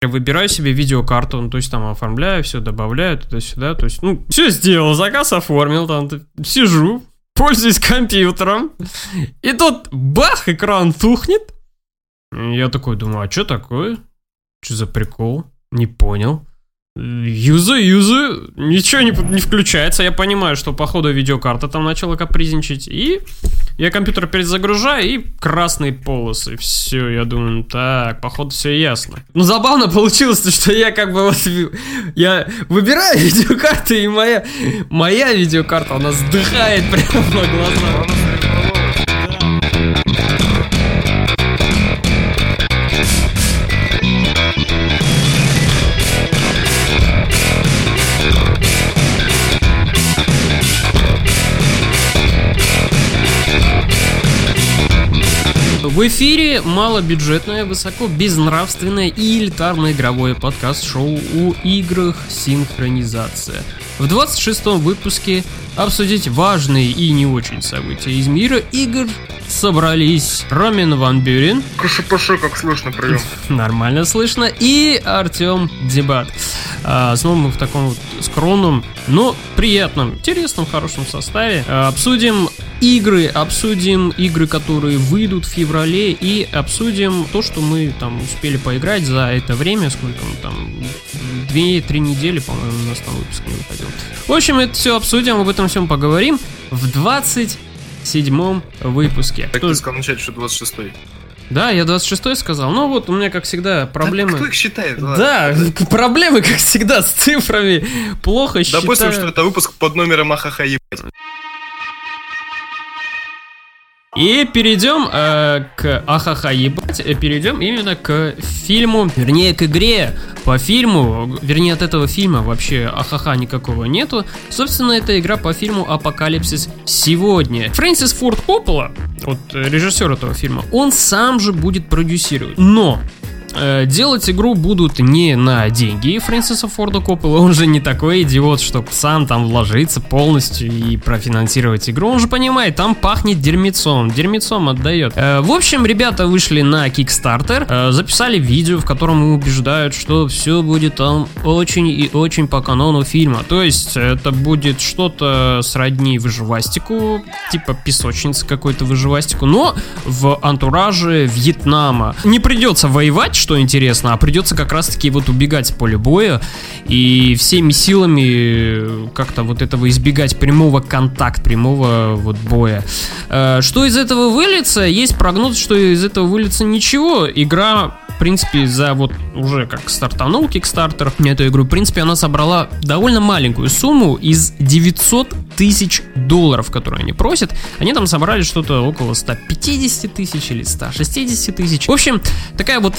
Выбираю себе видеокарту, ну, то есть там оформляю, все добавляю туда-сюда, то есть, ну, все сделал, заказ оформил, там сижу, пользуюсь компьютером, и тут бах, экран тухнет. Я такой думаю, а что такое? Что за прикол? Не понял. Юзаю, ничего не включается. Я понимаю, что походу видеокарта там начала капризничать. И я компьютер перезагружаю, и красные полосы. Все, я думаю, так, походу все ясно. Ну, забавно получилось, что я как бы вот... Я выбираю видеокарту, и моя видеокарта, она сдыхает прямо на глазах. В эфире малобюджетное, высоко безнравственное и элитарное игровое подкаст-шоу о играх «Синхронизация». В 26-м выпуске обсудить важные и не очень события из мира игр собрались Ромин Ван Бюрен. Каши-паши, как слышно, прием. Нормально слышно. И Артем Дебат. Снова мы в таком вот скромном, но приятном, интересном, хорошем составе. Обсудим игры, которые выйдут в феврале, и обсудим то, что мы там успели поиграть за это время, сколько мы там, 2-3 недели, по-моему, у нас там выпуск не выходил. В общем, это все обсудим, об этом всем поговорим в 27-м выпуске. Так ты сказал вначале, что 26-й. Да, я 26-й сказал. Ну вот, у меня, как всегда, проблемы... Да, кто их считает? Да, проблемы, как всегда, с цифрами. Плохо считаю. Допустим, что это выпуск под номером ахаха ебать. И перейдем к ахаха ебать, перейдем именно к фильму, вернее к игре по фильму, вернее от этого фильма вообще ахаха никакого нету. Собственно, это игра по фильму «Апокалипсис сегодня». Фрэнсис Форд Коппола, вот режиссер этого фильма, он сам же будет продюсировать, но... делать игру будут не на деньги Фрэнсиса Форда Коппола. Он же не такой идиот, чтобы сам там вложиться полностью и профинансировать игру. Он же понимает, там пахнет дерьмецом отдает. В общем, ребята вышли на Kickstarter, записали видео, в котором убеждают, что все будет там очень и очень по канону фильма. То есть это будет что-то сродни выживастику, типа песочницы какой-то выживастику, но в антураже Вьетнама. Не придется воевать, что интересно, а придется как раз-таки вот убегать с поля боя и всеми силами как-то вот этого избегать прямого контакта, прямого вот боя. Что из этого выльется? Есть прогноз, что из этого выльется ничего. Игра, в принципе, за вот уже как стартанул Kickstarter эту игру, в принципе, она собрала довольно маленькую сумму из $900 тысяч, которые они просят. Они там собрали что-то около 150 тысяч или 160 тысяч. В общем, такая вот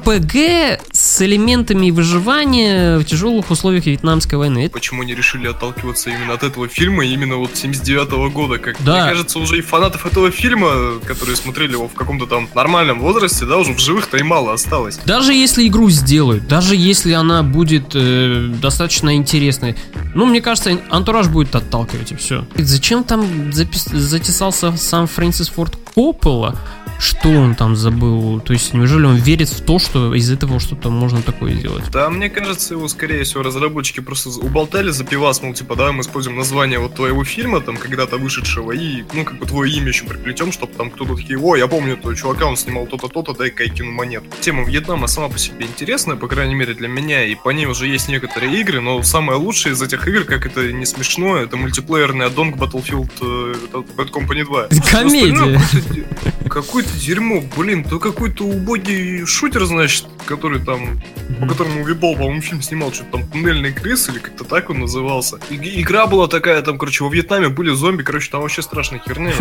РПГ с элементами выживания в тяжелых условиях Вьетнамской войны. Почему не решили отталкиваться именно от этого фильма, именно вот 79-го года? Как да. Мне кажется, уже и фанатов этого фильма, которые смотрели его в каком-то там нормальном возрасте, да, уже в живых-то и мало осталось. Даже если игру сделают, даже если она будет достаточно интересной, ну, мне кажется, антураж будет отталкивать, и все. Зачем там затесался сам Фрэнсис Форд Коппола? Что он там забыл? То есть, неужели он верит в то, что из этого что-то можно такое сделать? Да, мне кажется, его, скорее всего, разработчики просто уболтали за пивас, мол, типа, давай мы используем название вот твоего фильма, там, когда-то вышедшего, и, ну, как бы твое имя еще приплетем, чтобы там кто-то такие, о, я помню этого чувака, он снимал то-то, то-то, дай-ка я кину монету. Тема Вьетнама сама по себе интересная, по крайней мере, для меня, и по ней уже есть некоторые игры, но самое лучшее из этих игр, как это не смешно, это мультиплеерный аддон к Battlefield Bad Company 2. Комедия. Какой-то дерьмо, блин, то какой-то убогий шутер, значит, который там, по которому Вибол, по-моему, фильм снимал, что-то там «Туннельный крыс» или как-то так он назывался. Игра была такая, там, короче, во Вьетнаме были зомби, короче, там вообще страшная херня.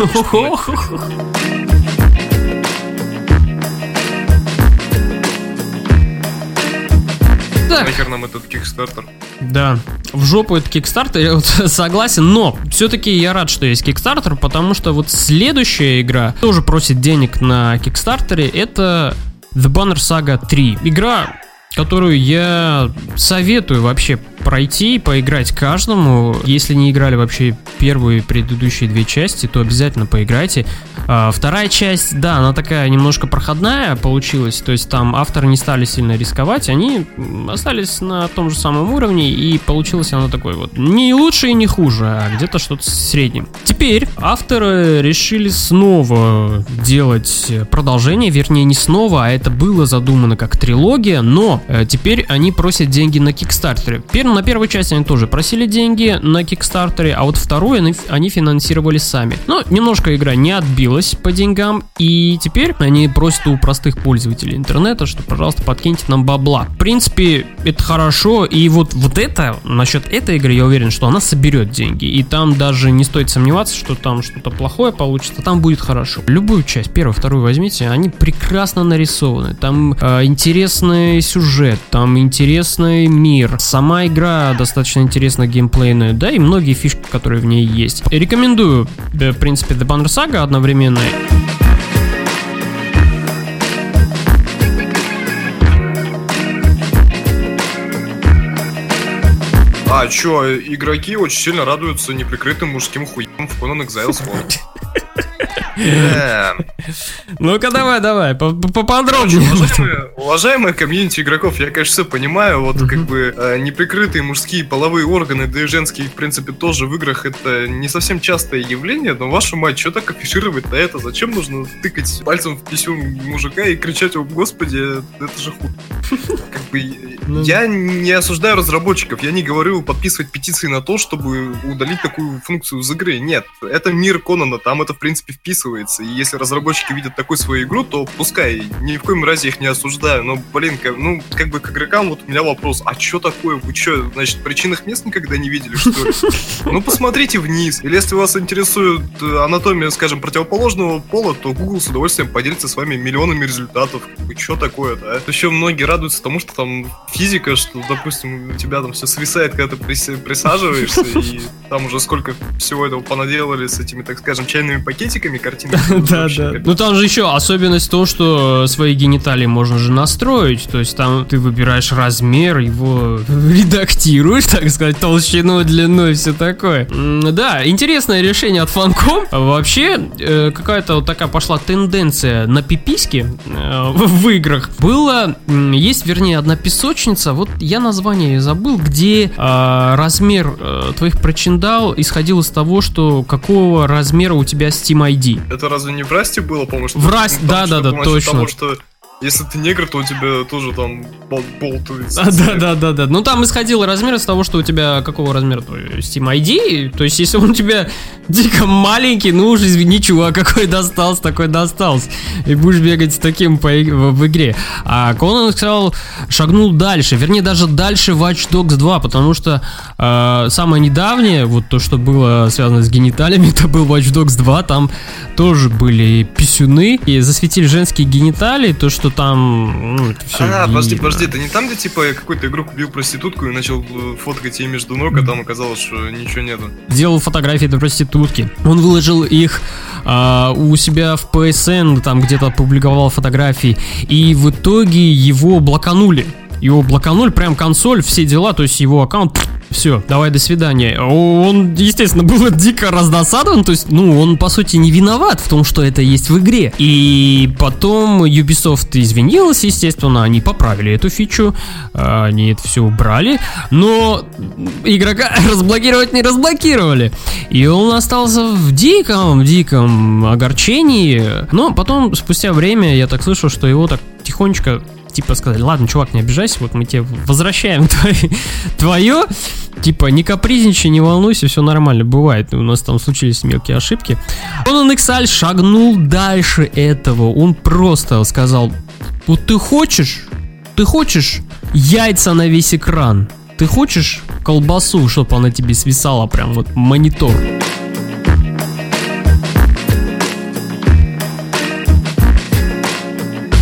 Нахер нам этот Kickstarter? Да, в жопу этот Kickstarter, я вот согласен, но все-таки я рад, что есть Kickstarter, потому что вот следующая игра тоже просит денег на Kickstarter, это The Banner Saga 3. Игра, которую я советую вообще пройти, поиграть каждому. Если не играли вообще первые предыдущие 2 части, то обязательно поиграйте. Вторая часть, да, она такая немножко проходная получилась, то есть там авторы не стали сильно рисковать, они остались на том же самом уровне, и получилось оно такое вот не лучше и не хуже, а где-то что-то среднее. Теперь авторы решили снова делать продолжение, вернее не снова, а это было задумано как трилогия, но теперь они просят деньги на Кикстартере. На первой части они тоже просили деньги на Кикстартере, а вот вторую они финансировали сами. Но немножко игра не отбилась по деньгам, и теперь они просят у простых пользователей интернета, что, пожалуйста, подкиньте нам бабла. В принципе, это хорошо, и вот это, насчет этой игры, я уверен, что она соберет деньги, и там даже не стоит сомневаться, что там что-то плохое получится, там будет хорошо. Любую часть, первую, вторую возьмите, они прекрасно нарисованы, там интересный сюжет, там интересный мир, сама игра достаточно интересная геймплейная, да, и многие фишки, которые в ней есть. Рекомендую, в принципе, The Banner Saga одновременно. А чё, игроки очень сильно радуются неприкрытым мужским хуям в Conan Exiles. Ну-ка, давай, поподробнее. Уважаемые комьюнити игроков, я, конечно, все понимаю, вот как бы неприкрытые мужские половые органы, да и женские, в принципе, тоже в играх это не совсем частое явление, но вашу мать, что так афишировать-то это? Зачем нужно тыкать пальцем в писюн мужика и кричать: о, господи, это же хуй. Как бы, я не осуждаю разработчиков, я не говорю подписывать петиции на то, чтобы удалить такую функцию из игры. Нет, это мир Конана, там это, в принципе, вписывается. И если разработчики видят такую свою игру, то пускай, ни в коем разе их не осуждаю. Но, блин, как бы к игрокам вот у меня вопрос: а что такое? Вы что, значит, причинных мест никогда не видели, что ли? Ну, посмотрите вниз. Или если вас интересует анатомия, скажем, противоположного пола, то Google с удовольствием поделится с вами миллионами результатов. Что такое-то, а? Еще многие радуются тому, что там физика, что, допустим, у тебя там все свисает, когда ты присаживаешься, и там уже сколько всего этого понаделали с этими, так скажем, чайными пакетиками, картинками. Да. Ну там же еще особенность в том, что свои гениталии можно же настроить, то есть там ты выбираешь размер, его редактируешь, так сказать, толщину, длину и все такое. Да, интересное решение от Funcom. Вообще, какая-то вот такая пошла тенденция на пиписьки в играх. Есть, вернее, одна песочница, вот я название забыл, где размер твоих причиндал исходил из того, что какого размера у тебя Steam ID. Это разве не в Расте было, по-моему? Да, точно. Потому что если ты негр, то у тебя тоже там болтается. Да. Ну там исходил размер из того, что у тебя какого размера твой Steam ID. То есть если он у тебя дико маленький, ну уж извини, чувак, какой достался, такой достался. И будешь бегать с таким в игре. А Conan сказал, шагнул дальше. Вернее, даже дальше Watch Dogs 2, потому что самое недавнее, вот то, что было связано с гениталиями, это был Watch Dogs 2. Там тоже были писюны и засветили женские гениталии, то, что там, ну, это все подожди, это не там, где, типа, какой-то игрок убил проститутку и начал фоткать ей между ног, а там оказалось, что ничего нету. Делал фотографии до проститутки. Он выложил их у себя в PSN, там где-то опубликовал фотографии, и в итоге его блоканули. Прям консоль, все дела, то есть его аккаунт, все, давай, до свидания. Он, естественно, был дико раздосадован, то есть, он, по сути, не виноват в том, что это есть в игре. И потом Ubisoft извинилась, естественно, они поправили эту фичу, они это все убрали, но игрока разблокировать не разблокировали. И он остался в диком огорчении, но потом, спустя время, я так слышал, что его так тихонечко типа сказали: ладно, чувак, не обижайся, вот мы тебе возвращаем твое, типа не капризничай, не волнуйся, все нормально, бывает, у нас там случились мелкие ошибки. Conan Exiles шагнул дальше этого, он просто сказал: вот ты хочешь яйца на весь экран, ты хочешь колбасу, чтобы она тебе свисала прям вот в монитор.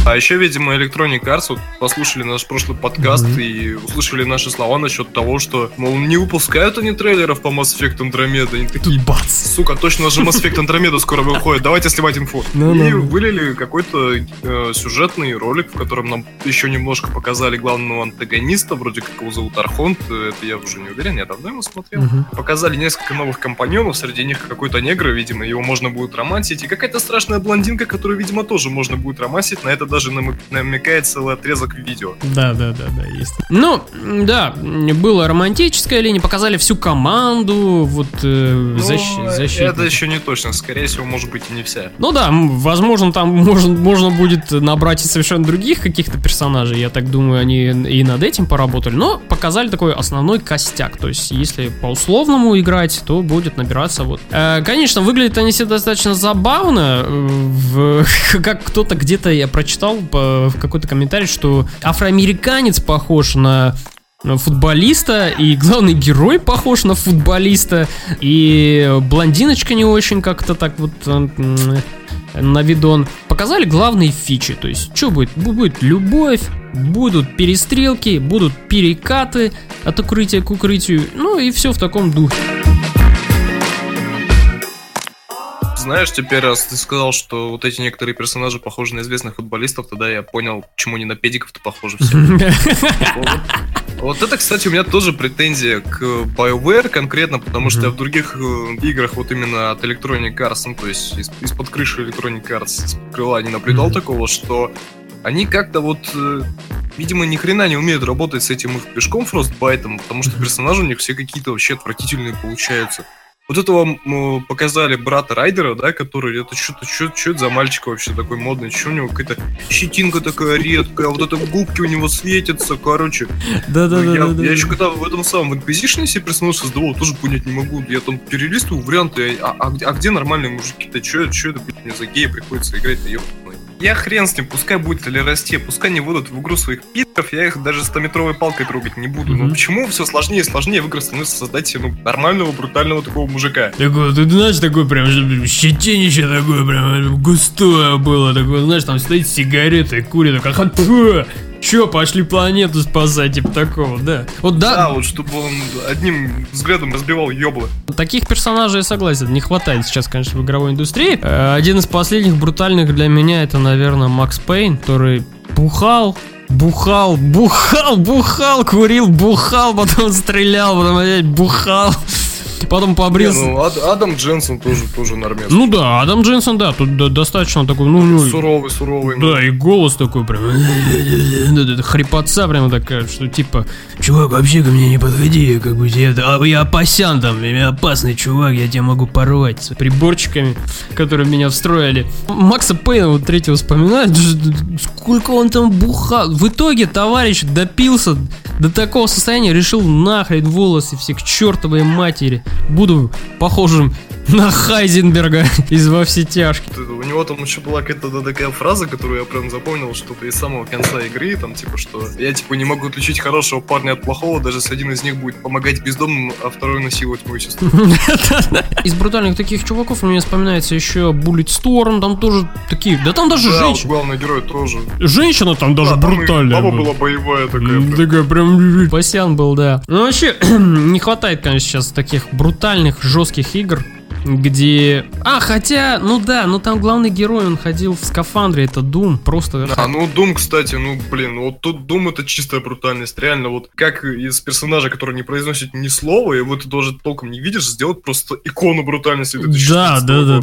А еще, видимо, Electronic Arts вот послушали наш прошлый подкаст и услышали наши слова насчет того, что, мол, не выпускают они трейлеров по Mass Effect Andromeda. Они такие, бац, сука, точно же Mass Effect Andromeda скоро выходит, давайте сливать инфу. И вылили какой-то сюжетный ролик, в котором нам еще немножко показали главного антагониста, вроде как его зовут Архонт, это я уже не уверен, я давно его смотрел. Показали несколько новых компаньонов, среди них какой-то негр, видимо, его можно будет романсить, и какая-то страшная блондинка, которую, видимо, тоже можно будет романсить, на это даже намекает целый отрезок видео. Да, есть. Ну, да, было романтическое линия, показали всю команду, вот защиту. Это еще не точно, скорее всего, может быть и не вся. Ну да, возможно, там можно будет набрать и совершенно других каких-то персонажей, я так думаю, они и над этим поработали, но показали такой основной костяк, то есть, если по условному играть, то будет набираться вот. Конечно, выглядят они все достаточно забавно, как кто-то где-то, я прочитал в какой-то комментарий, что афроамериканец похож на футболиста, и главный герой похож на футболиста, и блондиночка не очень как-то так вот на видон. Показали главные фичи, то есть, что будет? Будет любовь, будут перестрелки, будут перекаты от укрытия к укрытию, ну и все в таком духе. Знаешь, теперь раз ты сказал, что вот эти некоторые персонажи похожи на известных футболистов, тогда я понял, почему они на педиков-то похожи все. Вот это, кстати, у меня тоже претензия к BioWare конкретно, потому что я в других играх вот именно от Electronic Arts, ну то есть из-под крыши Electronic Arts, из-под крыла не наблюдал такого, что они как-то вот, видимо, ни хрена не умеют работать с этим их пешком Frostbite, потому что персонажи у них все какие-то вообще отвратительные получаются. Вот этого показали брата Райдера, да, который, это что это за мальчик вообще такой модный, что у него какая-то щетинка такая редкая, вот это губки у него светятся, короче. Да. Я еще когда в этом самом Inquisition себе персонаж создавал, тоже понять не могу, я там перелистываю варианты, а где нормальные мужики-то, что это, блин, мне за гея приходится играть-то, ёпта. Я хрен с ним, пускай будет LRST, пускай не выдадут в игру своих пидоров, я их даже 100-метровой палкой трогать не буду. Но почему все сложнее и сложнее в играх становится создать себе нормального, брутального такого мужика? Такой, ты знаешь, такой прям щетинище такое, прям густое было, такое, знаешь, там стоит сигареты, курит, такой, чё, пошли планету спасать, типа такого, да. Вот да, вот чтобы он одним взглядом разбивал ёблы. Таких персонажей, я согласен, не хватает сейчас, конечно, в игровой индустрии. Один из последних брутальных для меня это, наверное, Макс Пейн, который бухал, курил, бухал, потом стрелял, потом опять бухал. Потом побрился. Адам Дженсен тоже нормально. Ну да, Адам Дженсен, да, тут достаточно такой, суровый. Да, и голос такой прям, хрипотца прямо такая, что типа, чувак, вообще ко мне не подходи, как бы я опасен там, я опасный чувак, я тебя могу порвать с приборчиками, которые меня встроили. Макса Пейна вот третьего вспоминает, сколько он там бухал. В итоге товарищ допился до такого состояния, решил нахрен волосы все к чертовой матери. Буду похожим на Хайзенберга из «Во все тяжкие». У него там еще была какая-то такая фраза, которую я прям запомнил, что-то из самого конца игры, там типа, что я типа не могу отличить хорошего парня от плохого, даже если один из них будет помогать бездомным, а второй насиловать мою сестру. Из брутальных таких чуваков у меня вспоминается еще Bulletstorm, там тоже такие, да там даже женщина. Главный герой тоже. Женщина там даже брутальная. Баба была боевая такая. Такая прям пасян был, да. Ну вообще, не хватает, конечно, сейчас таких брутальных, жестких игр, где... хотя, там главный герой, он ходил в скафандре, это Doom, просто... Doom, кстати, вот тут Doom это чистая брутальность, реально, вот как из персонажа, который не произносит ни слова, и вот ты тоже толком не видишь, сделать просто икону брутальности. Да.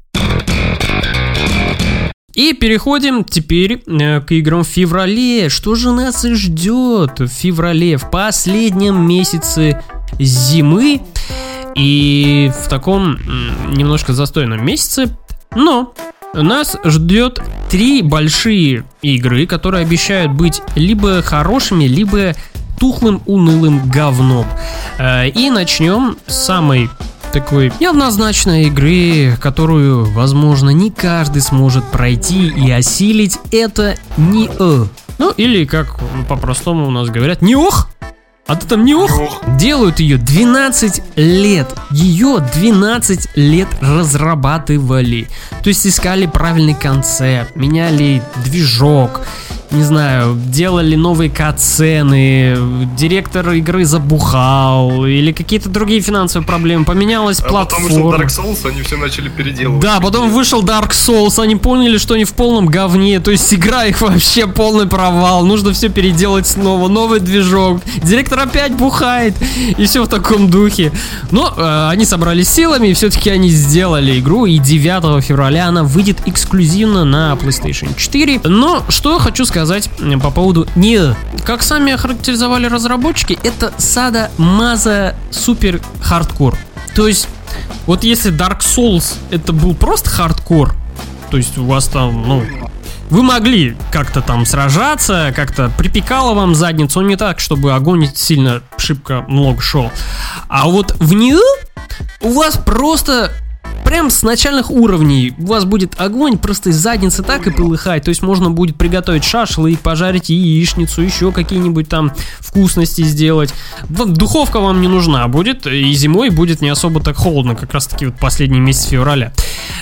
И переходим теперь к играм в феврале. Что же нас и ждет в феврале, в последнем месяце зимы? И в таком немножко застойном месяце. Но нас ждет 3 большие игры, которые обещают быть либо хорошими, либо тухлым, унылым говном. И начнем с самой такой неоднозначной игры, которую, возможно, не каждый сможет пройти и осилить. Это Nioh. Ну, или, как по-простому у нас говорят, Nioh. А ты там Nioh? Делают ее 12 лет. Ее 12 лет разрабатывали. То есть искали правильный концепт, меняли движок. не знаю, делали новые катсцены, директор игры забухал, или какие-то другие финансовые проблемы, поменялась платформа. Потом вышел Dark Souls, они все начали переделывать. Да, потом вышел Dark Souls, они поняли, что они в полном говне, то есть игра их вообще полный провал, нужно все переделать снова, новый движок, директор опять бухает, и все в таком духе. Но они собрались силами, и все-таки они сделали игру, и 9 февраля она выйдет эксклюзивно на PlayStation 4. Но что хочу сказать по поводу Nioh. Как сами охарактеризовали разработчики, это сада-маза супер хардкор. То есть, вот если Dark Souls это был просто хардкор, то есть у вас там, вы могли как-то там сражаться, как-то припекало вам задницу, но не так, чтобы огонь сильно шибко много шел. А вот в Nioh у вас просто прям с начальных уровней у вас будет огонь просто из задницы так и полыхать. То есть можно будет приготовить шашлык, пожарить яичницу, еще какие-нибудь там вкусности сделать. Духовка вам не нужна будет, и зимой будет не особо так холодно, как раз таки вот последний месяц февраля.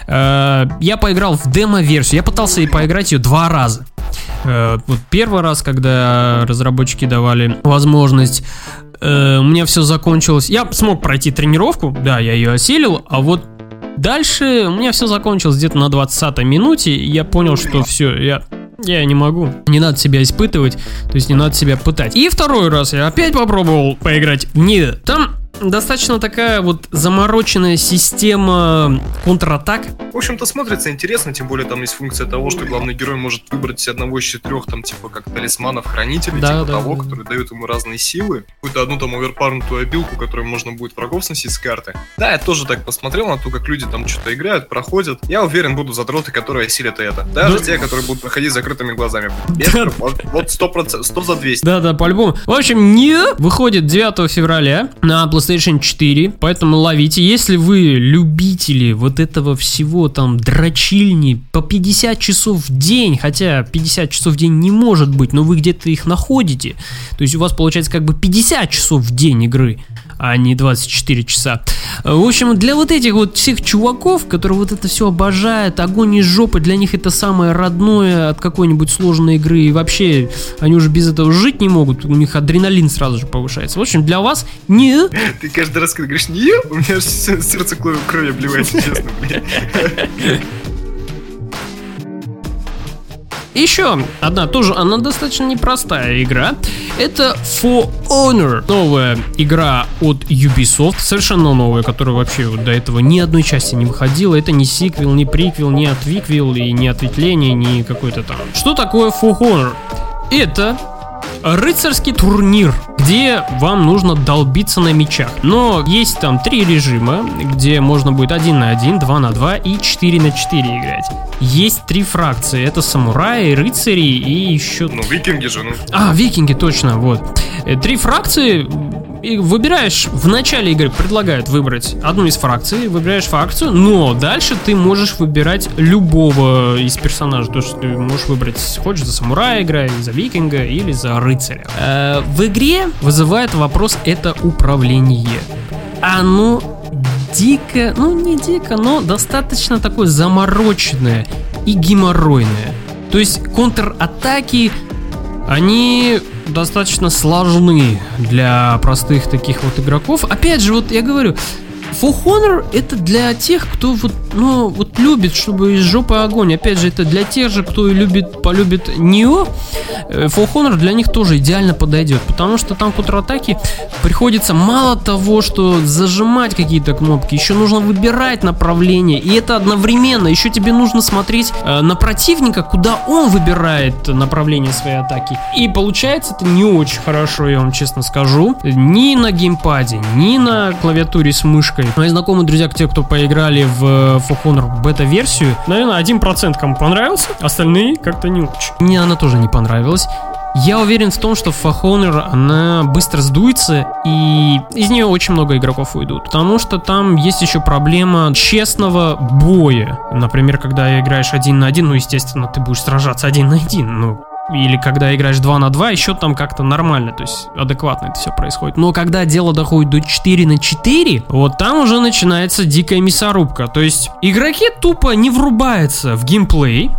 Я поиграл в демо-версию, я пытался и поиграть ее 2 раза. Вот первый раз, когда разработчики давали возможность, у меня все закончилось. Я смог пройти тренировку, да, я ее осилил, а вот дальше у меня все закончилось где-то на 20-й минуте. Я понял, что все, я не могу. Не надо себя испытывать, то есть не надо себя пытать. И второй раз я опять попробовал поиграть в Nioh. Там достаточно такая вот замороченная система контратак. В общем-то, смотрится интересно, тем более там есть функция того, что главный герой может выбрать одного из 4, там, типа, как талисманов, хранителей, того, который дает ему разные силы. Какую-то одну там оверпарнутую обилку, которой можно будет врагов сносить с карты. Да, я тоже так посмотрел на то, как люди там что-то играют, проходят. Я уверен, будут задроты, которые осилят это. Даже те, которые будут проходить с закрытыми глазами. Вот 100%, 100 за 200. Да, по-любому. В общем, Nioh выходит 9 февраля на PlayStation 4, поэтому ловите. Если вы любители вот этого всего, там, дрочильни по 50 часов в день, хотя 50 часов в день не может быть, но вы где-то их находите, то есть у вас получается как бы 50 часов в день игры, а не 24 часа. В общем, для вот этих вот всех чуваков, которые вот это все обожают, огонь из жопы, для них это самое родное от какой-нибудь сложной игры, и вообще они уже без этого жить не могут, у них адреналин сразу же повышается. В общем, для вас Nioh. Ты каждый раз, когда говоришь Nioh, у меня сердце кровью обливается, честно, блин. Еще одна, тоже она достаточно непростая игра. Это For Honor. Новая игра от Ubisoft, совершенно новая, которая вообще вот до этого ни одной части не выходила. Это не сиквел, не приквел, не отвиквел, и не ответвление, не какой-то там. Что такое For Honor? Это рыцарский турнир, где вам нужно долбиться на мечах. Но есть там 3 режима, где можно будет 1 на 1, 2 на 2 и 4 на 4 играть. Есть 3 фракции. Это самураи, рыцари и еще... викинги же, викинги, точно, вот. 3 фракции. И выбираешь, в начале игры предлагают выбрать одну из фракций, выбираешь фракцию, но дальше ты можешь выбирать любого из персонажей. То, что ты можешь выбрать, хочешь за самурая играть, за викинга или за рыцаря. В игре вызывает вопрос это управление. Оно дико, не дико, но достаточно такое замороченное и геморройное. То есть контратаки, они достаточно сложны для простых таких вот игроков. Опять же, вот я говорю, For Honor это для тех, кто любит, чтобы из жопы огонь. Опять же, это для тех же, кто полюбит Nioh. For Honor для них тоже идеально подойдет, потому что там контратаки приходится мало того, что зажимать какие-то кнопки, еще нужно выбирать направление, и это одновременно. Еще тебе нужно смотреть на противника, куда он выбирает направление своей атаки. И получается это не очень хорошо, я вам честно скажу. Ни на геймпаде, ни на клавиатуре с мышкой. Мои знакомые друзья, те, кто поиграли в For Honor бета-версию, наверное, 1% кому понравился, остальные как-то не очень. Мне она тоже не понравилась. Я уверен в том, что For Honor, она быстро сдуется, и из нее очень много игроков уйдут. Потому что там есть еще проблема честного боя. Например, когда играешь 1 на 1, естественно, ты будешь сражаться 1 на 1, или когда играешь 2 на 2, еще там как-то нормально, то есть адекватно это все происходит. Но когда дело доходит до 4 на 4, вот там уже начинается дикая мясорубка. То есть игроки тупо не врубаются в геймплей,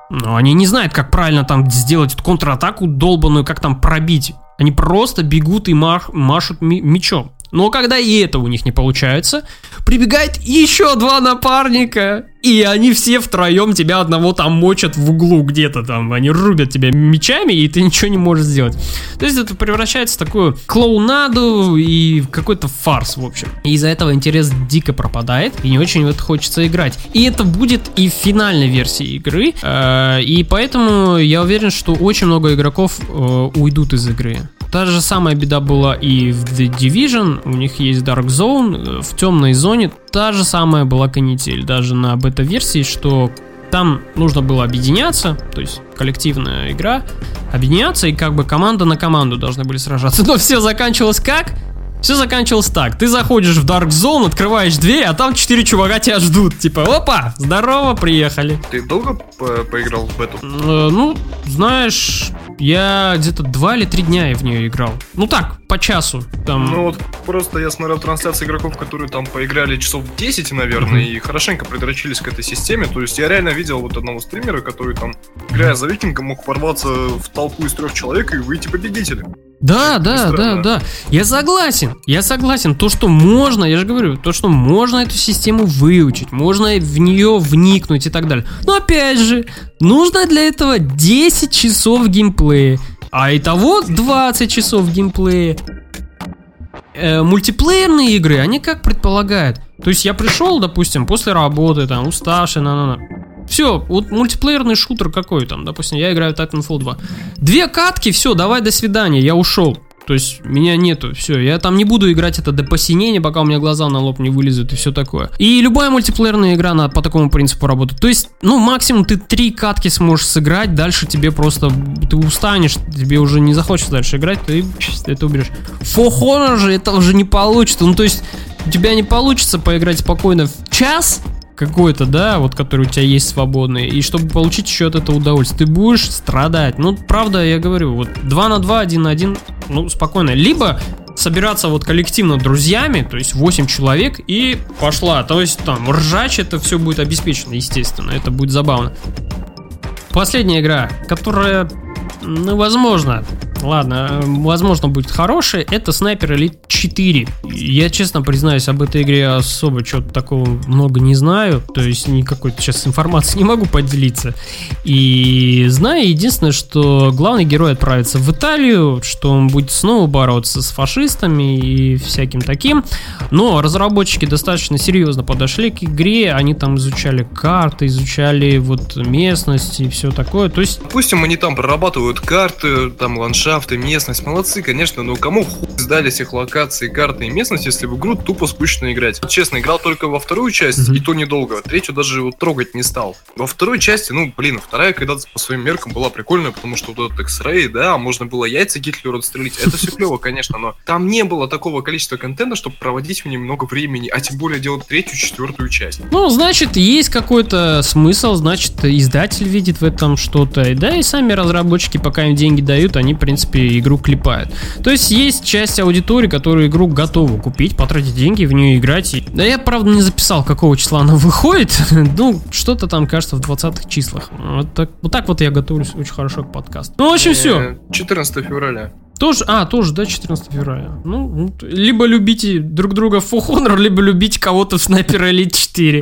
Но они не знают, как правильно там сделать эту контратаку долбаную, как там пробить. Они просто бегут и машут мечом. Но когда и это у них не получается, прибегает еще 2 напарника, и они все втроем тебя одного там мочат в углу где-то там. Они рубят тебя мечами, и ты ничего не можешь сделать. То есть это превращается в такую клоунаду и какой-то фарс, в общем. И из-за этого интерес дико пропадает, и не очень в это хочется играть. И это будет и в финальной версии игры, и поэтому я уверен, что очень много игроков уйдут из игры. Та же самая беда была и в The Division, у них есть Dark Zone, в темной зоне та же самая была канитель, даже на бета-версии, что там нужно было объединяться, то есть коллективная игра, объединяться, и как бы команда на команду должны были сражаться. Но все заканчивалось как? Все заканчивалось так. Ты заходишь в Dark Zone, открываешь дверь, а там 4 чувака тебя ждут. Типа, опа, здорово, приехали. Ты долго поиграл в бету? Ну, знаешь, я где-то 2 или 3 дня в нее играл. Ну так, по часу. Там... Ну вот просто я смотрел трансляции игроков, которые там поиграли часов 10, наверное, и хорошенько придрочились к этой системе. То есть я реально видел вот одного стримера, который там, играя за викинга, мог ворваться в толпу из 3 человек и выйти победителем. Да. Я согласен. То, что можно, я же говорю, то, что можно эту систему выучить, можно в нее вникнуть и так далее. Но опять же, нужно для этого 10 часов геймплея. А итого 20 часов геймплея. Мультиплеерные игры, они как предполагают. То есть я пришел, допустим, после работы, там, уставший, все, вот мультиплеерный шутер какой там, допустим, я играю в Titanfall 2. 2 катки, все, давай, до свидания, я ушел. То есть меня нету, все, я там не буду играть это до посинения, пока у меня глаза на лоб не вылезут и все такое. И любая мультиплеерная игра по такому принципу работает. То есть, максимум ты 3 катки сможешь сыграть, дальше тебе просто, ты устанешь, тебе уже не захочется дальше играть, ты это уберешь. For Honor же это уже не получится, то есть у тебя не получится поиграть спокойно в час какой-то, да, вот который у тебя есть свободный, и чтобы получить еще от этого удовольствие, ты будешь страдать. Правда, я говорю, вот 2 на 2, 1 на 1, спокойно. Либо собираться вот коллективно друзьями, то есть 8 человек, и пошла. То есть там ржач, это все будет обеспечено, естественно, это будет забавно. Последняя игра, которая, возможно будет хорошая, это Sniper Elite 4. Я честно признаюсь, об этой игре особо что-то такого много не знаю, то есть никакой сейчас информации не могу поделиться. И знаю единственное, что главный герой отправится в Италию, что он будет снова бороться с фашистами и всяким таким. Но разработчики достаточно серьезно подошли к игре, они там изучали карты, изучали вот местность и все такое. То есть, допустим, они там прорабатывают карты, там ландшафты, местность, молодцы, конечно, но кому хуй сдались их локации, карты и местность, если в игру тупо скучно играть. Честно, играл только во 2-ю часть, и то недолго, 3-ю даже вот трогать не стал. Во 2-й части, 2-я когда-то по своим меркам была прикольная, потому что вот этот X-Ray, да, можно было яйца Гитлеру отстрелить, это все клево, конечно, но там не было такого количества контента, чтобы проводить в ней много времени, а тем более делать 3-ю, 4-ю часть. Значит, есть какой-то смысл, значит, издатель видит в этом что-то, да, и сами разработчики, пока им деньги дают, они, в принципе, игру клепают. То есть часть аудитории, которая игру готова купить, потратить деньги, в нее играть. Да я, правда, не записал, какого числа она выходит. Что-то там, кажется, в 20-х числах. Вот так я готовлюсь очень хорошо к подкасту. В общем, все. 14 февраля. Тоже, да, 14 февраля. Либо любите друг друга в For Honor, либо любите кого-то в Sniper Elite 4.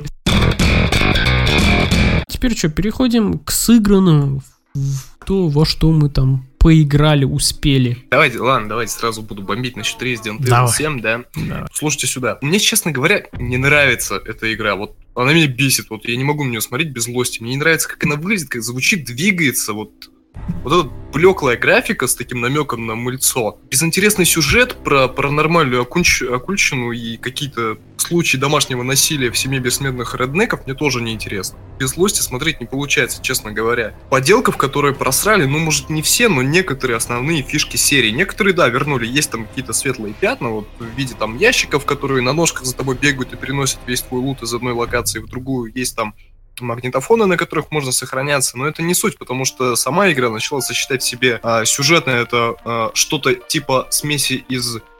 Теперь что, переходим к сыгранному, в то, во что мы там поиграли, успели. Давайте сразу буду бомбить насчет Resident Evil 7, да? Слушайте сюда. Мне, честно говоря, не нравится эта игра. Вот она меня бесит. Вот я не могу на нее смотреть без злости. Мне не нравится, как она выглядит, как звучит, двигается. Вот эта блеклая графика с таким намеком на мыльцо. Безинтересный сюжет про паранормальную оккультщину и какие-то случаи домашнего насилия в семье бессмертных реднеков мне тоже не интересно. Без злости смотреть не получается, честно говоря. Поделка, в которой просрали, может не все, но некоторые основные фишки серии. Некоторые, да, вернули. Есть там какие-то светлые пятна, вот в виде там ящиков, которые на ножках за тобой бегают и переносят весь твой лут из одной локации в другую. Есть там магнитофоны, на которых можно сохраняться, но это не суть, потому что сама игра начала сочетать в себе сюжетное, это что-то типа смеси из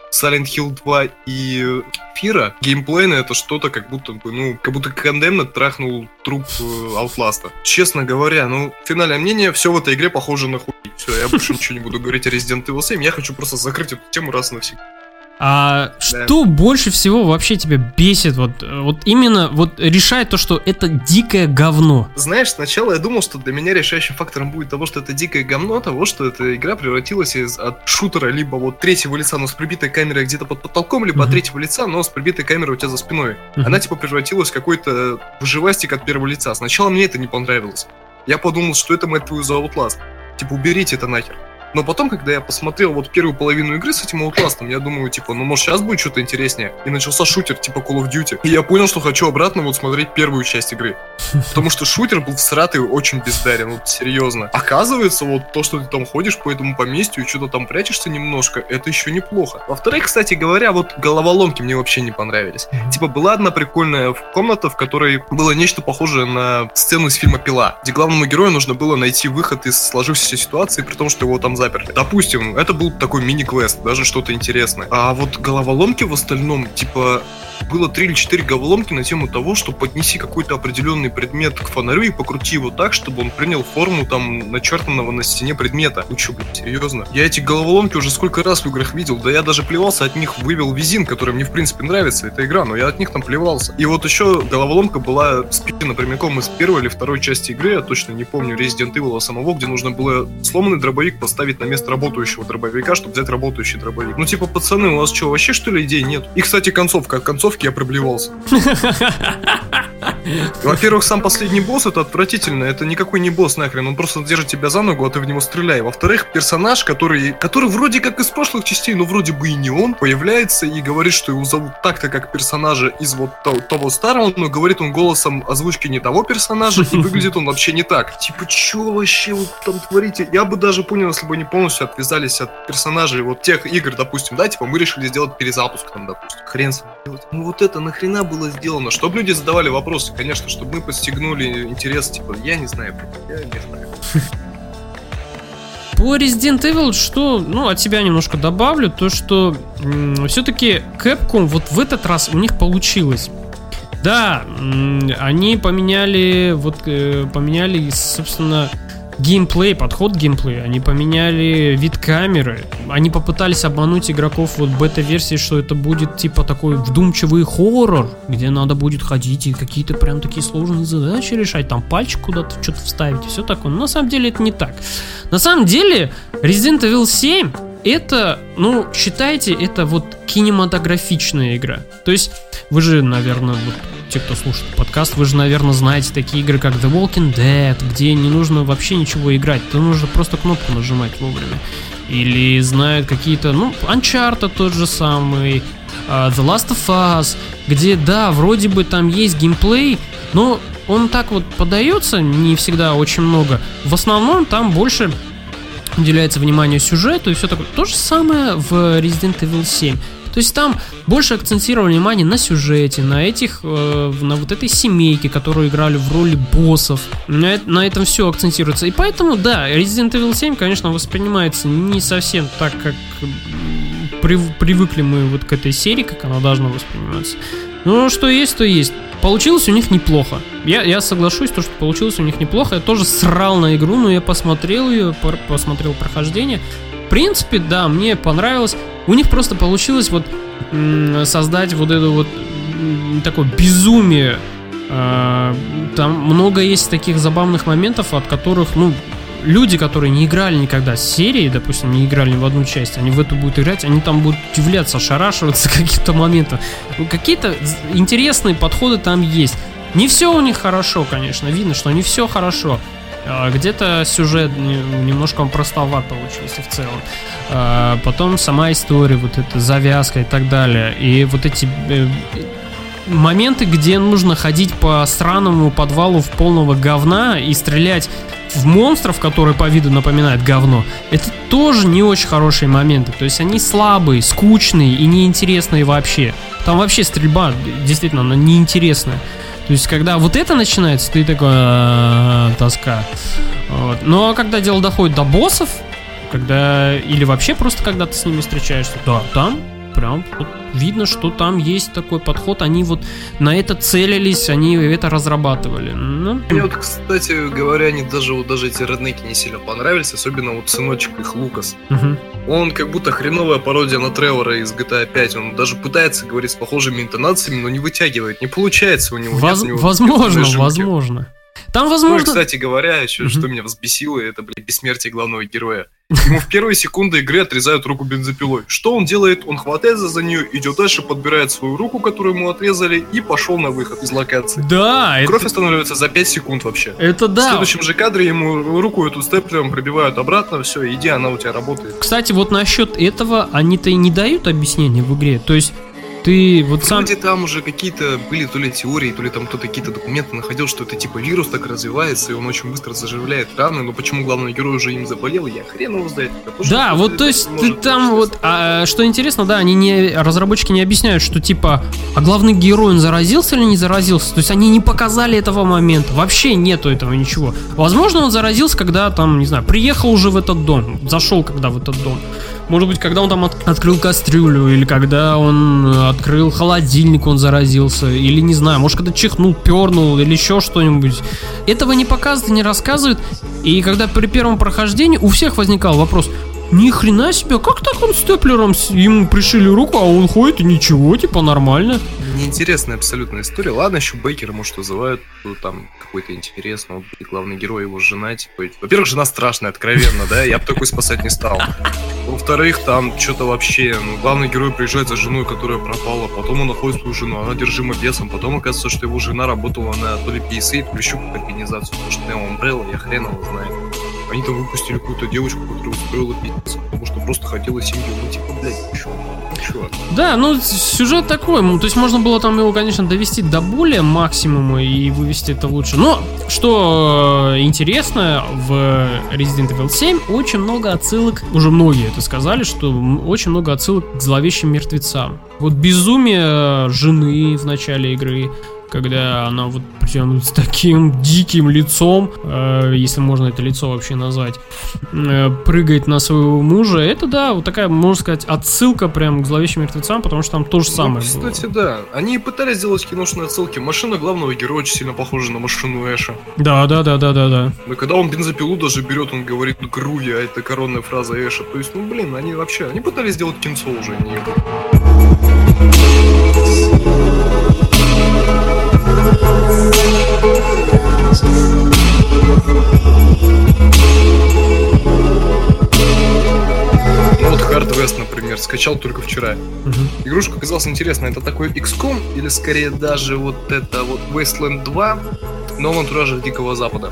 Silent Hill 2 и Фира, геймплейно это что-то как будто бы, как будто Condemned трахнул труп Outlast'а. Честно говоря, финальное мнение, все в этой игре похоже на хуй. Все, я больше ничего не буду говорить о Resident Evil 7, я хочу просто закрыть эту тему раз и навсегда. А что больше всего вообще тебя бесит? Вот именно решает то, что это дикое говно. Знаешь, сначала я думал, что для меня решающим фактором будет того, что это дикое говно, того, что эта игра превратилась от шутера либо третьего лица, но с прибитой камерой где-то под потолком, либо от третьего лица, но с прибитой камерой у тебя за спиной. Она превратилась в какой-то выживастик от первого лица. Сначала мне это не понравилось. Я подумал, что это, мать твою, за Outlast. Уберите это нахер. Но потом, когда я посмотрел первую половину игры с этим Outlast'ом, я думаю, может сейчас будет что-то интереснее. И начался шутер типа Call of Duty. И я понял, что хочу обратно смотреть первую часть игры. Потому что шутер был всратый, очень бездарен, серьезно. Оказывается, то, что ты там ходишь по этому поместью и что-то там прячешься немножко, это еще неплохо. Во-вторых, кстати говоря, головоломки мне вообще не понравились. Была одна прикольная комната, в которой было нечто похожее на сцену из фильма «Пила», где главному герою нужно было найти выход из сложившейся ситуации, при том, что его там заперли. Допустим, это был такой мини-квест, даже что-то интересное. А головоломки в остальном, было 3 или 4 головоломки на тему того, что поднеси какой-то определенный предмет к фонарю и покрути его так, чтобы он принял форму начертанного на стене предмета. Серьезно? Я эти головоломки уже сколько раз в играх видел, да я даже плевался от них, вывел Визин, который мне в принципе нравится, эта игра, но я от них там плевался. И еще головоломка была списана прямиком из первой или второй части игры, я точно не помню, Resident Evil самого, где нужно было сломанный дробовик поставить на место работающего дробовика, чтобы взять работающий дробовик. Пацаны, у вас что, вообще что ли идей нет? И, кстати, концовка я проблевался. Во-первых, сам последний босс это отвратительно, это никакой не босс нахрен, он просто держит тебя за ногу, а ты в него стреляй. Во-вторых, персонаж, который вроде как из прошлых частей, но вроде бы и не он, появляется и говорит, что его зовут так-то, как персонажа из того старого, но говорит он голосом озвучки не того персонажа, и выглядит он вообще не так. Чё вообще вы там творите? Я бы даже понял, если бы они полностью отвязались от персонажей тех игр, допустим, мы решили сделать перезапуск допустим. Хрен с ним делать. Это нахрена было сделано? Чтобы люди задавали вопросы, конечно, чтобы мы подстегнули интерес, я не знаю. По Resident Evil, что, от себя немножко добавлю, то, что все-таки Capcom в этот раз у них получилось. Да, они поменяли, собственно, подход к геймплею, они поменяли вид камеры, они попытались обмануть игроков бета-версии, что это будет такой вдумчивый хоррор, где надо будет ходить и какие-то прям такие сложные задачи решать, там пальчик куда-то что-то вставить и все такое. Но на самом деле это не так. На самом деле Resident Evil 7 это, считайте, это кинематографичная игра. То есть вы же, наверное, те, кто слушает подкаст, вы же, наверное, знаете такие игры, как The Walking Dead, где не нужно вообще ничего играть, то нужно просто кнопку нажимать вовремя. Или знают какие-то, Uncharted тот же самый, The Last of Us, где, да, вроде бы там есть геймплей, но он так подается, не всегда очень много. В основном там больше уделяется вниманию сюжету и все такое. То же самое в Resident Evil 7. То есть там больше акцентировали внимание на сюжете, на этой семейке, которые играли в роли боссов. На этом все акцентируется. И поэтому, да, Resident Evil 7, конечно, воспринимается не совсем так, как привыкли мы к этой серии, как она должна восприниматься. Но что есть, то есть. Получилось у них неплохо. Я соглашусь, что получилось у них неплохо. Я тоже срал на игру, но я посмотрел ее, посмотрел прохождение. В принципе, да, мне понравилось. У них просто получилось создать это такое безумие. Там много есть таких забавных моментов, от которых, люди, которые не играли никогда с серией, допустим, не играли ни в одну часть, они в эту будут играть, они там будут удивляться, ошарашиваться каких-то моментов. Какие-то интересные подходы там есть. Не все у них хорошо, конечно, видно, что не все хорошо. Где-то сюжет немножко простоват получился в целом. Потом сама история, эта завязка и так далее. И эти моменты, где нужно ходить по странному подвалу в полного говна и стрелять в монстров, которые по виду напоминают говно, это тоже не очень хорошие моменты. То есть они слабые, скучные и неинтересные вообще. Там вообще стрельба, действительно, она неинтересная. То есть, когда это начинается, ты такой, тоска. Ну, а когда дело доходит до боссов, или вообще просто когда ты с ними встречаешься, да, там прям вот видно, что там есть такой подход, они вот на это целились, они это разрабатывали. Ну. Мне вот, кстати говоря, они даже эти реднеки не сильно понравились, особенно вот сыночек их Лукас. Он как будто хреновая пародия на Тревора из GTA 5, он даже пытается говорить с похожими интонациями, но не вытягивает, не получается у него. Возможно. Там, возможно... Ну, кстати говоря, еще что меня взбесило, это, бессмертие главного героя. Ему в первые секунды игры отрезают руку бензопилой. Что он делает? Он хватается за нее, идет дальше, подбирает свою руку, которую ему отрезали, и пошел на выход из локации. Да, кровь останавливается за 5 секунд вообще. Это да. В следующем же кадре ему руку эту степлером пробивают обратно, все, иди, она у тебя работает. Кстати, вот насчет этого они-то и не дают объяснения в игре. То есть ты вот сам... Вроде там уже какие-то были то ли теории, то ли там кто-то какие-то документы находил, что это типа вирус так развивается, и он очень быстро заживляет раны, но почему главный герой уже им заболел, я хрен его знает. Да, вот то есть ты там вот... что интересно, да, разработчики не объясняют, что типа, а главный герой, он заразился или не заразился? То есть они не показали этого момента, вообще нету этого ничего. Возможно, он заразился, когда там, не знаю, приехал уже в этот дом, зашел когда в этот дом. Может быть, когда он там открыл кастрюлю, или когда он открыл холодильник, он заразился, или не знаю, может, когда чихнул, пернул, или еще что-нибудь. Этого не показывают, не рассказывают. И когда при первом прохождении у всех возникал вопрос: ни хрена себе, как так он степлером, ему пришили руку, а он ходит и ничего, типа нормально. Неинтересная абсолютная история. Ладно, еще Бейкера, может, вызывают, там какой-то интересный, вот, главный герой, его жена, типа, во-первых, жена страшная, откровенно, да, я бы такой спасать не стал. Во-вторых, там что-то вообще, главный герой приезжает за женой, которая пропала, потом он находит свою жену, она одержима бесом, потом оказывается, что его жена работала на то ли PSA, то ли еще какую-то организацию, может, Neo Umbrella, я хрен его знает. Они там выпустили какую-то девочку, которая устроила пиздец, потому что просто хотела семью. Ну, типа, блядь, чё? Да, сюжет такой, то есть можно было там его, конечно, довести до более максимума и вывести это лучше. Но, что интересно, в Resident Evil 7 очень много отсылок, уже многие это сказали, что очень много отсылок к зловещим мертвецам. Вот безумие жены в начале игры, когда она вот прям с таким диким лицом, если можно это лицо вообще назвать, прыгает на своего мужа, это да, вот такая, можно сказать, отсылка прям к зловещим мертвецам, потому что там то же самое было. Кстати, да, они пытались сделать киношные отсылки. Машина главного героя очень сильно похожа на машину Эша. Да. Но когда он бензопилу даже берет, он говорит «груви», а это коронная фраза Эша. То есть, они пытались сделать кинцо уже, не игру. Вот Hard West, например, скачал только вчера. Игрушка оказалась интересной. Это такой XCOM или скорее даже вот это вот Wasteland 2, но в антураже Дикого Запада.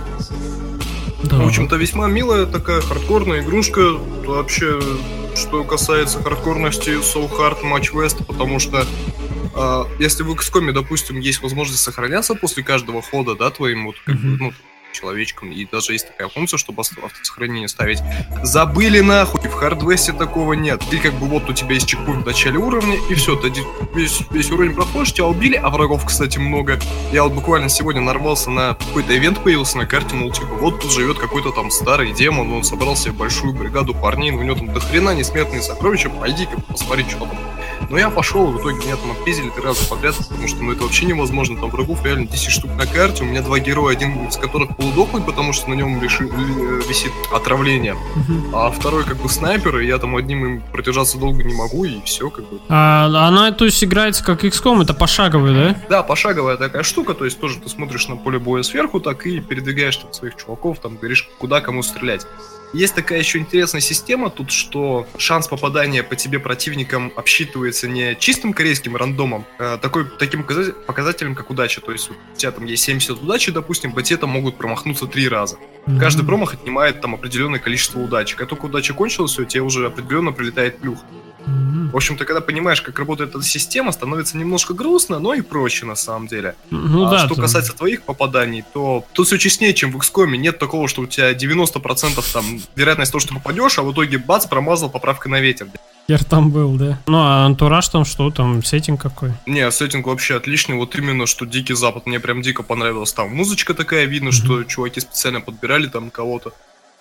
Да. В общем-то, весьма милая такая хардкорная игрушка. Вообще, что касается хардкорности, So Hard Match West, потому что если в XCOM, допустим, есть возможность сохраняться после каждого хода, да, твоим вот, как бы, человечком, и даже есть такая функция, чтобы автосохранение ставить. Забыли нахуй, в хардвесте такого нет. Ты как бы вот у тебя есть чекпоинт в начале уровня, и все, ты весь уровень проходишь, тебя убили, а врагов, кстати, много. Я вот буквально сегодня нарвался на какой-то ивент, появился на карте, мол, типа, вот тут живет какой-то там старый демон, он собрал себе большую бригаду парней, у него там до хрена несмертные сокровища, пойди-ка посмотри, что там. Но я пошел, в итоге меня там отпиздили 3 раза подряд, потому что, это вообще невозможно, там врагов реально 10 штук на карте, у меня 2 героя, один из которых полудохлый, потому что на нем висит отравление, а второй как бы снайпер, и я там одним им продержаться долго не могу, и все как бы. А она, то есть, играется как XCOM, это пошаговая, да? Да, пошаговая такая штука, то есть тоже ты смотришь на поле боя сверху, так и передвигаешь там своих чуваков, там говоришь, куда кому стрелять. Есть такая еще интересная система тут, что шанс попадания по тебе противникам обсчитывается не чистым корейским рандомом, а таким показателем, как удача. То есть у тебя там есть 70 удачи, допустим, по тебе там могут промахнуться 3 раза. Каждый промах отнимает там определенное количество удачи. Как только удача кончилась, все, тебе уже определенно прилетает плюх. В общем-то, когда понимаешь, как работает эта система, становится немножко грустно, но и проще на самом деле. Что касается твоих попаданий, то тут все честнее, чем в XCOM. Нет такого, что у тебя 90% там вероятность того, что попадешь, а в итоге бац, промазал, поправка на ветер. Хер там был, да? Ну, а антураж там что? Там сеттинг какой? Не, сеттинг вообще отличный. Вот именно, что Дикий Запад. Мне прям дико понравилось. Там музычка такая, видно, что чуваки специально подбирали там кого-то.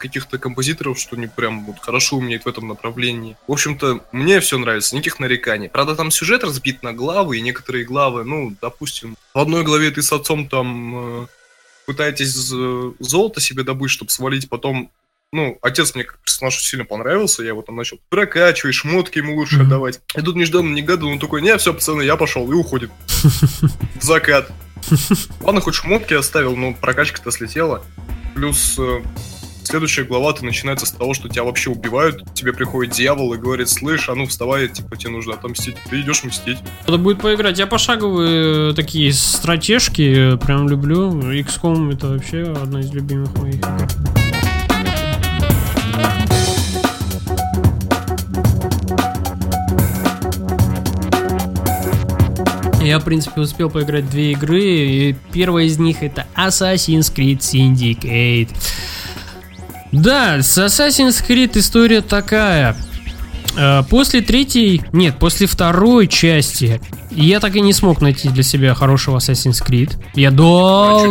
каких-то композиторов, что они прям вот хорошо умеют в этом направлении. В общем-то, мне все нравится, никаких нареканий. Правда, там сюжет разбит на главы, и некоторые главы, ну, допустим, в одной главе ты с отцом там пытаетесь золото себе добыть, чтобы свалить, потом, ну, отец мне как персонаж сильно понравился, я его там начал прокачивать, шмотки ему лучше отдавать. И тут нежданно-негаданно он такой: не, все, пацаны, я пошел, и уходит. В закат. Ладно, хоть шмотки оставил, но прокачка-то слетела. Плюс следующая глава начинается с того, что тебя вообще убивают, тебе приходит дьявол и говорит: слышь, а ну вставай, типа тебе нужно отомстить. Ты идешь мстить. Надо будет поиграть. Я пошаговые такие стратежки прям люблю. XCOM это вообще одна из любимых моих. Я, в принципе, успел поиграть в 2 игры, и первая из них это Assassin's Creed Syndicate. Да, с Assassin's Creed история такая. После второй части я так и не смог найти для себя хорошего Assassin's Creed. Я долго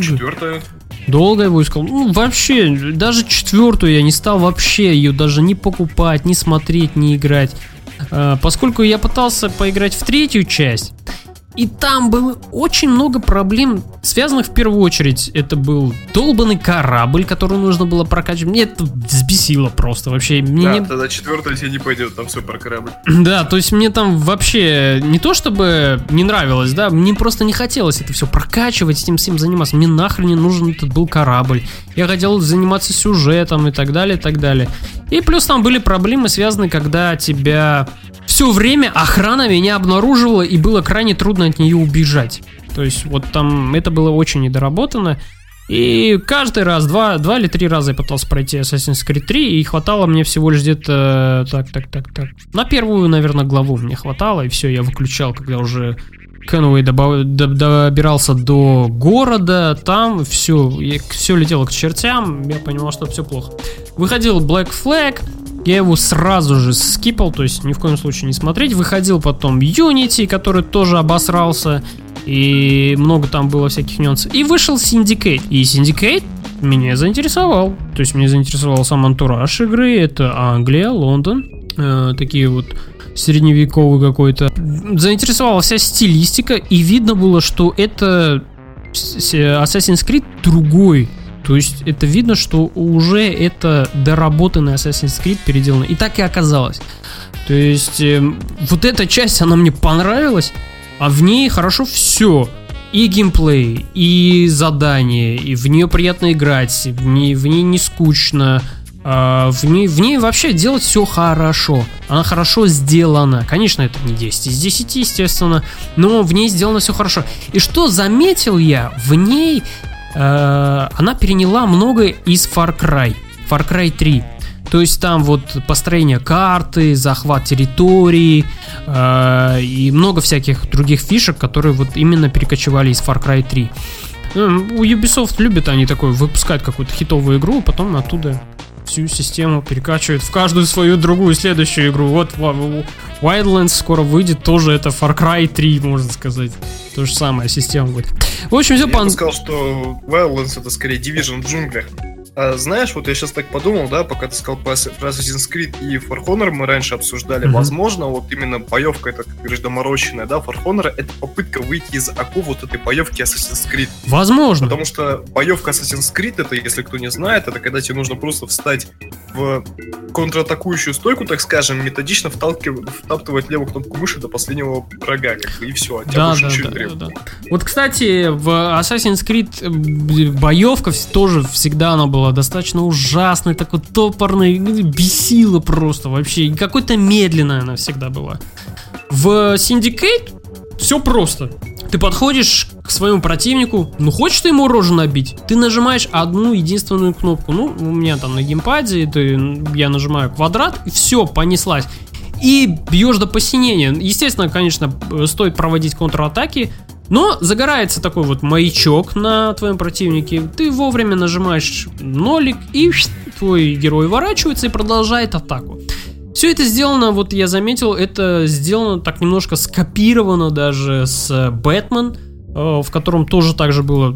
его искал. Ну, вообще, даже 4-ю я не стал вообще ее даже не покупать, не смотреть, не играть. Поскольку я пытался поиграть в 3-ю часть, и там было очень много проблем, связанных в первую очередь. Это был долбанный корабль, который нужно было прокачивать. Мне это взбесило просто вообще. Тогда 4-я тебе не пойдет, там все про корабль. Да, то есть мне там вообще не то чтобы не нравилось, да, мне просто не хотелось это все прокачивать, этим всем заниматься. Мне нахрен не нужен этот был корабль. Я хотел заниматься сюжетом и так далее, и так далее. И плюс там были проблемы, связанные, когда тебя... Все время охрана меня обнаруживала, и было крайне трудно от нее убежать. То есть вот там это было очень недоработано. И каждый раз, 2 или 3 раза я пытался пройти Assassin's Creed 3, и хватало мне всего лишь где-то... Так. На первую, наверное, главу мне хватало, и все, я выключал, когда уже Кенуэй добирался до города, там все летело к чертям, я понимал, что все плохо. Выходил Black Flag, я его сразу же скипал, то есть ни в коем случае не смотреть. Выходил потом Unity, который тоже обосрался, и много там было всяких нюансов. И вышел Syndicate. И Syndicate меня заинтересовал. То есть меня заинтересовал сам антураж игры. Это Англия, Лондон, такие вот средневековый какой-то. Заинтересовала вся стилистика, и видно было, что это Assassin's Creed другой. То есть это видно, что уже это доработанный Assassin's Creed переделанный. И так и оказалось. То есть вот эта часть, она мне понравилась, а в ней хорошо все. И геймплей, и задания, и в нее приятно играть, в ней не скучно. В ней вообще делать все хорошо. Она хорошо сделана. Конечно, это не 10 из 10, естественно, но в ней сделано все хорошо. И что заметил я, в ней... она переняла многое из Far Cry 3. То есть там вот построение карты, захват территории и много всяких других фишек, которые вот именно перекочевали из Far Cry 3. У Ubisoft любят они такое, выпускают какую-то хитовую игру, потом оттуда всю систему перекачивают в каждую свою другую следующую игру. Вот Wildlands скоро выйдет, тоже это Far Cry 3, можно сказать. То же самое, система будет. В общем, все Я бы сказал, что Wildlands это скорее Division в джунглях. А знаешь, вот я сейчас так подумал, да, пока ты сказал про Assassin's Creed и For Honor мы раньше обсуждали, возможно, вот именно боевка, это, как говоришь, доморощенная, да, For Honor это попытка выйти из оков вот этой боевки Assassin's Creed. Возможно. Потому что боевка Assassin's Creed, это, если кто не знает, это когда тебе нужно просто встать в контратакующую стойку, так скажем, методично втаптывать левую кнопку мыши до последнего врага, как бы, и все, от тебя больше ничего не требует. Вот, кстати, в Assassin's Creed боевка тоже всегда она была достаточно ужасной, такой топорной, бесила просто вообще, и какой-то медленная она всегда была. В Syndicate все просто. Ты подходишь к своему противнику, ну хочешь ты ему рожу набить, ты нажимаешь одну единственную кнопку. Ну, у меня там на геймпаде я нажимаю квадрат, и все, понеслась. И бьешь до посинения. Естественно, конечно, стоит проводить контратаки, но загорается такой вот маячок на твоем противнике. Ты вовремя нажимаешь нолик, и твой герой уворачивается и продолжает атаку. Все это сделано, вот я заметил, это сделано так немножко скопировано даже с Бэтмен, в котором тоже так же было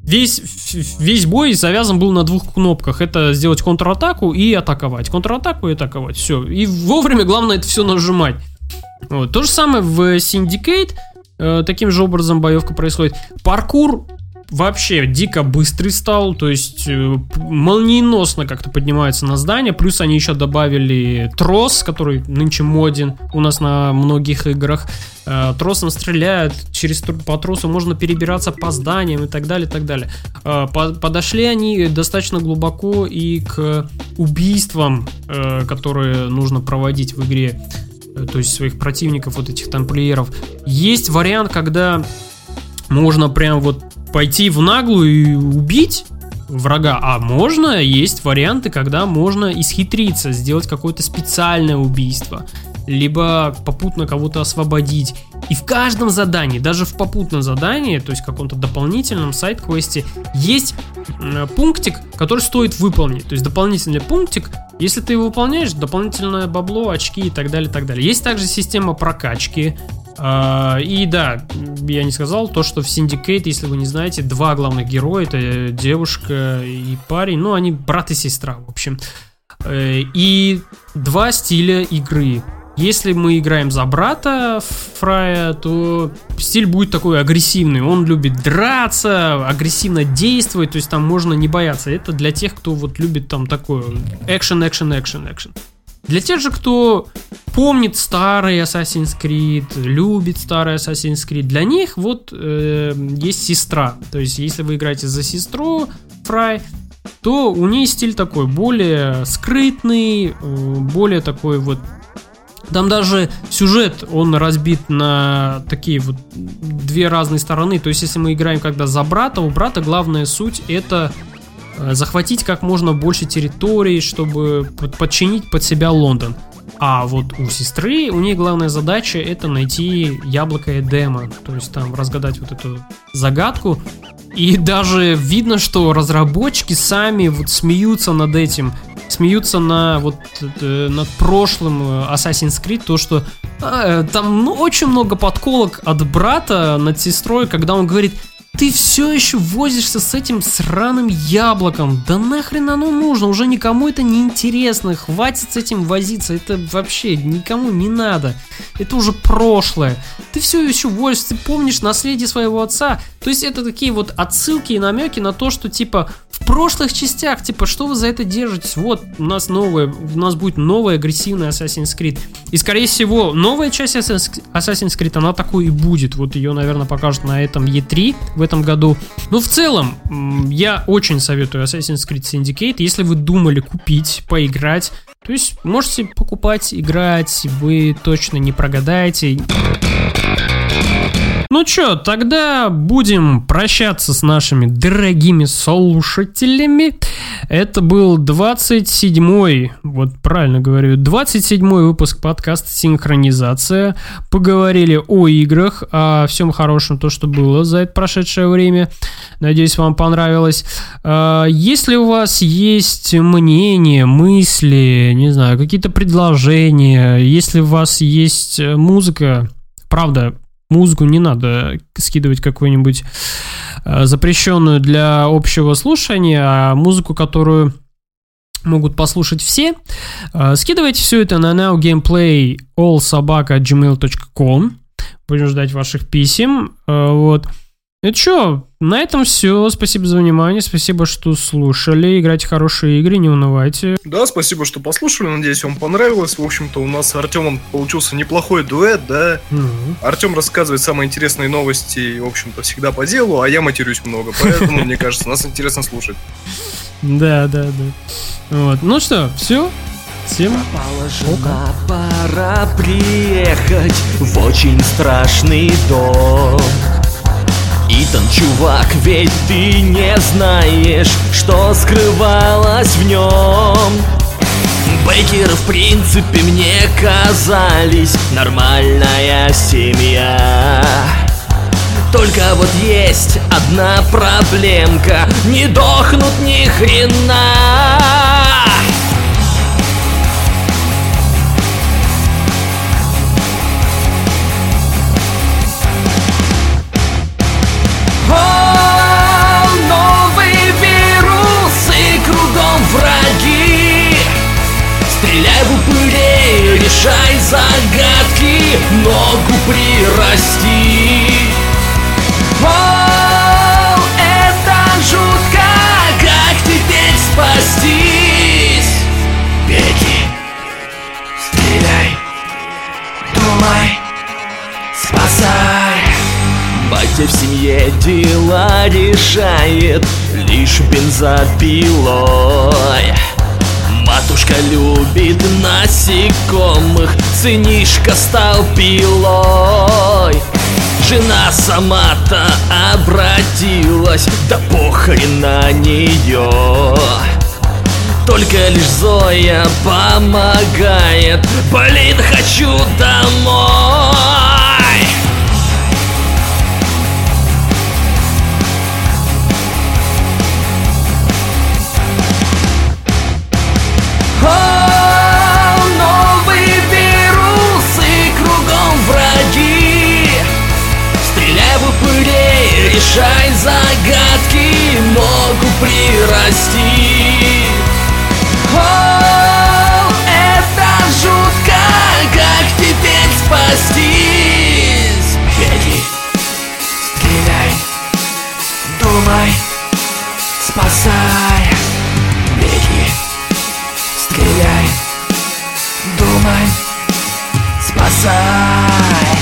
весь бой завязан был на 2 кнопках. Это сделать контратаку и атаковать. Контратаку и атаковать. Все. И вовремя главное это все нажимать. Вот. То же самое в Syndicate. Таким же образом боевка происходит. Паркур вообще дико быстрый стал, то есть молниеносно как-то поднимается на здание. Плюс они еще добавили трос, который нынче моден у нас на многих играх. Тросом стреляют, по тросу можно перебираться по зданиям и так далее, и так далее. Подошли они достаточно глубоко и к убийствам, которые нужно проводить в игре. То есть своих противников, вот этих тамплиеров. Есть вариант, когда можно прям вот пойти в наглую и убить врага, а можно, есть варианты, когда можно исхитриться, сделать какое-то специальное убийство, либо попутно кого-то освободить. И в каждом задании, даже в попутном задании, то есть в каком-то дополнительном сайд-квесте, есть пунктик, который стоит выполнить. То есть дополнительный пунктик, если ты его выполняешь, дополнительное бабло, очки и так далее, и так далее. Есть также система прокачки. И да, я не сказал то, что в Syndicate, если вы не знаете, 2 главных героя, это девушка и парень, ну они брат и сестра, в общем. И 2 стиля игры. Если мы играем за брата Фрая, то стиль будет такой агрессивный. Он любит драться, агрессивно действовать, то есть там можно не бояться. Это для тех, кто вот любит там такое экшен. Для тех же, кто помнит старый Assassin's Creed, любит старый Assassin's Creed, для них вот есть сестра. То есть если вы играете за сестру Фрай, то у нее стиль такой более скрытный, более такой вот. Там даже сюжет, он разбит на такие вот 2 разные стороны. То есть если мы играем когда за брата, у брата главная суть это захватить как можно больше территорий, чтобы подчинить под себя Лондон. А вот у сестры, у нее главная задача это найти яблоко Эдема. То есть там разгадать вот эту загадку. И даже видно, что разработчики сами вот смеются над этим. Смеются над прошлым Assassin's Creed. То, что там очень много подколок от брата над сестрой, когда он говорит: ты все еще возишься с этим сраным яблоком. Да нахрен оно нужно? Уже никому это не интересно. Хватит с этим возиться. Это вообще никому не надо. Это уже прошлое. Ты все еще возишься. Ты помнишь наследие своего отца. То есть это такие вот отсылки и намеки на то, что типа в прошлых частях, типа, что вы за это держитесь? Вот, у нас будет новая агрессивная Assassin's Creed. И, скорее всего, новая часть Assassin's Creed, она такой и будет. Вот ее, наверное, покажут на этом E3 в этом году. Но в целом, я очень советую Assassin's Creed Syndicate. Если вы думали купить, поиграть, то есть можете покупать, играть, вы точно не прогадаете. Ну чё, тогда будем прощаться с нашими дорогими слушателями. Это был 27-й, вот правильно говорю, 27-й выпуск подкаста «Синхронизация». Поговорили о играх, о всем хорошем, то, что было за это прошедшее время. Надеюсь, вам понравилось. Если у вас есть мнение, мысли, не знаю, какие-то предложения, если у вас есть музыка, правда, музыку не надо скидывать какую-нибудь запрещенную для общего слушания, а музыку, которую могут послушать все. Скидывайте все это на nowgameplay@gmail.com. Будем ждать ваших писем. Вот. И что, на этом все. Спасибо за внимание, спасибо, что слушали. Играйте в хорошие игры, не унывайте. Да, спасибо, что послушали. Надеюсь, вам понравилось. В общем-то, у нас с Артемом получился неплохой дуэт, да? Артем рассказывает самые интересные новости, в общем-то, всегда по делу, а я матерюсь много. Поэтому, мне кажется, нас интересно слушать. Да. Вот. Ну что, все. Всем пока. Пора приехать в очень страшный дом. Итан, чувак, ведь ты не знаешь, что скрывалось в нем. Бейкеры, в принципе, мне казались нормальная семья. Только вот есть одна проблемка: не дохнут ни хрена. Oh, no. решай загадки, ногу прирасти. О, это жутко, как теперь спастись? Беги, стреляй, думай, спасай. Батя в семье дела решает лишь бензопилой. Матушка любит насекомых, сынишка стал пилой. Жена сама-то обратилась, да похрен на нее. Только лишь Зоя помогает, блин, хочу домой. Новый вирус и кругом враги. Стреляй в упырей, решай загадки, ногу прирасти. О, это жутко, как теперь спастись? Беги, стреляй, думай, спасай. Беги, стреляй, думай, спасай.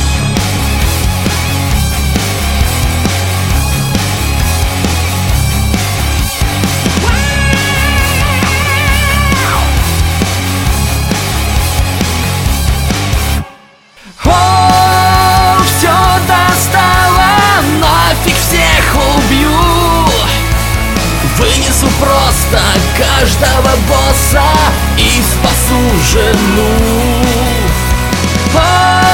О, все достало, нафиг всех убью. Вынесу просто каждого босса и спасу жену.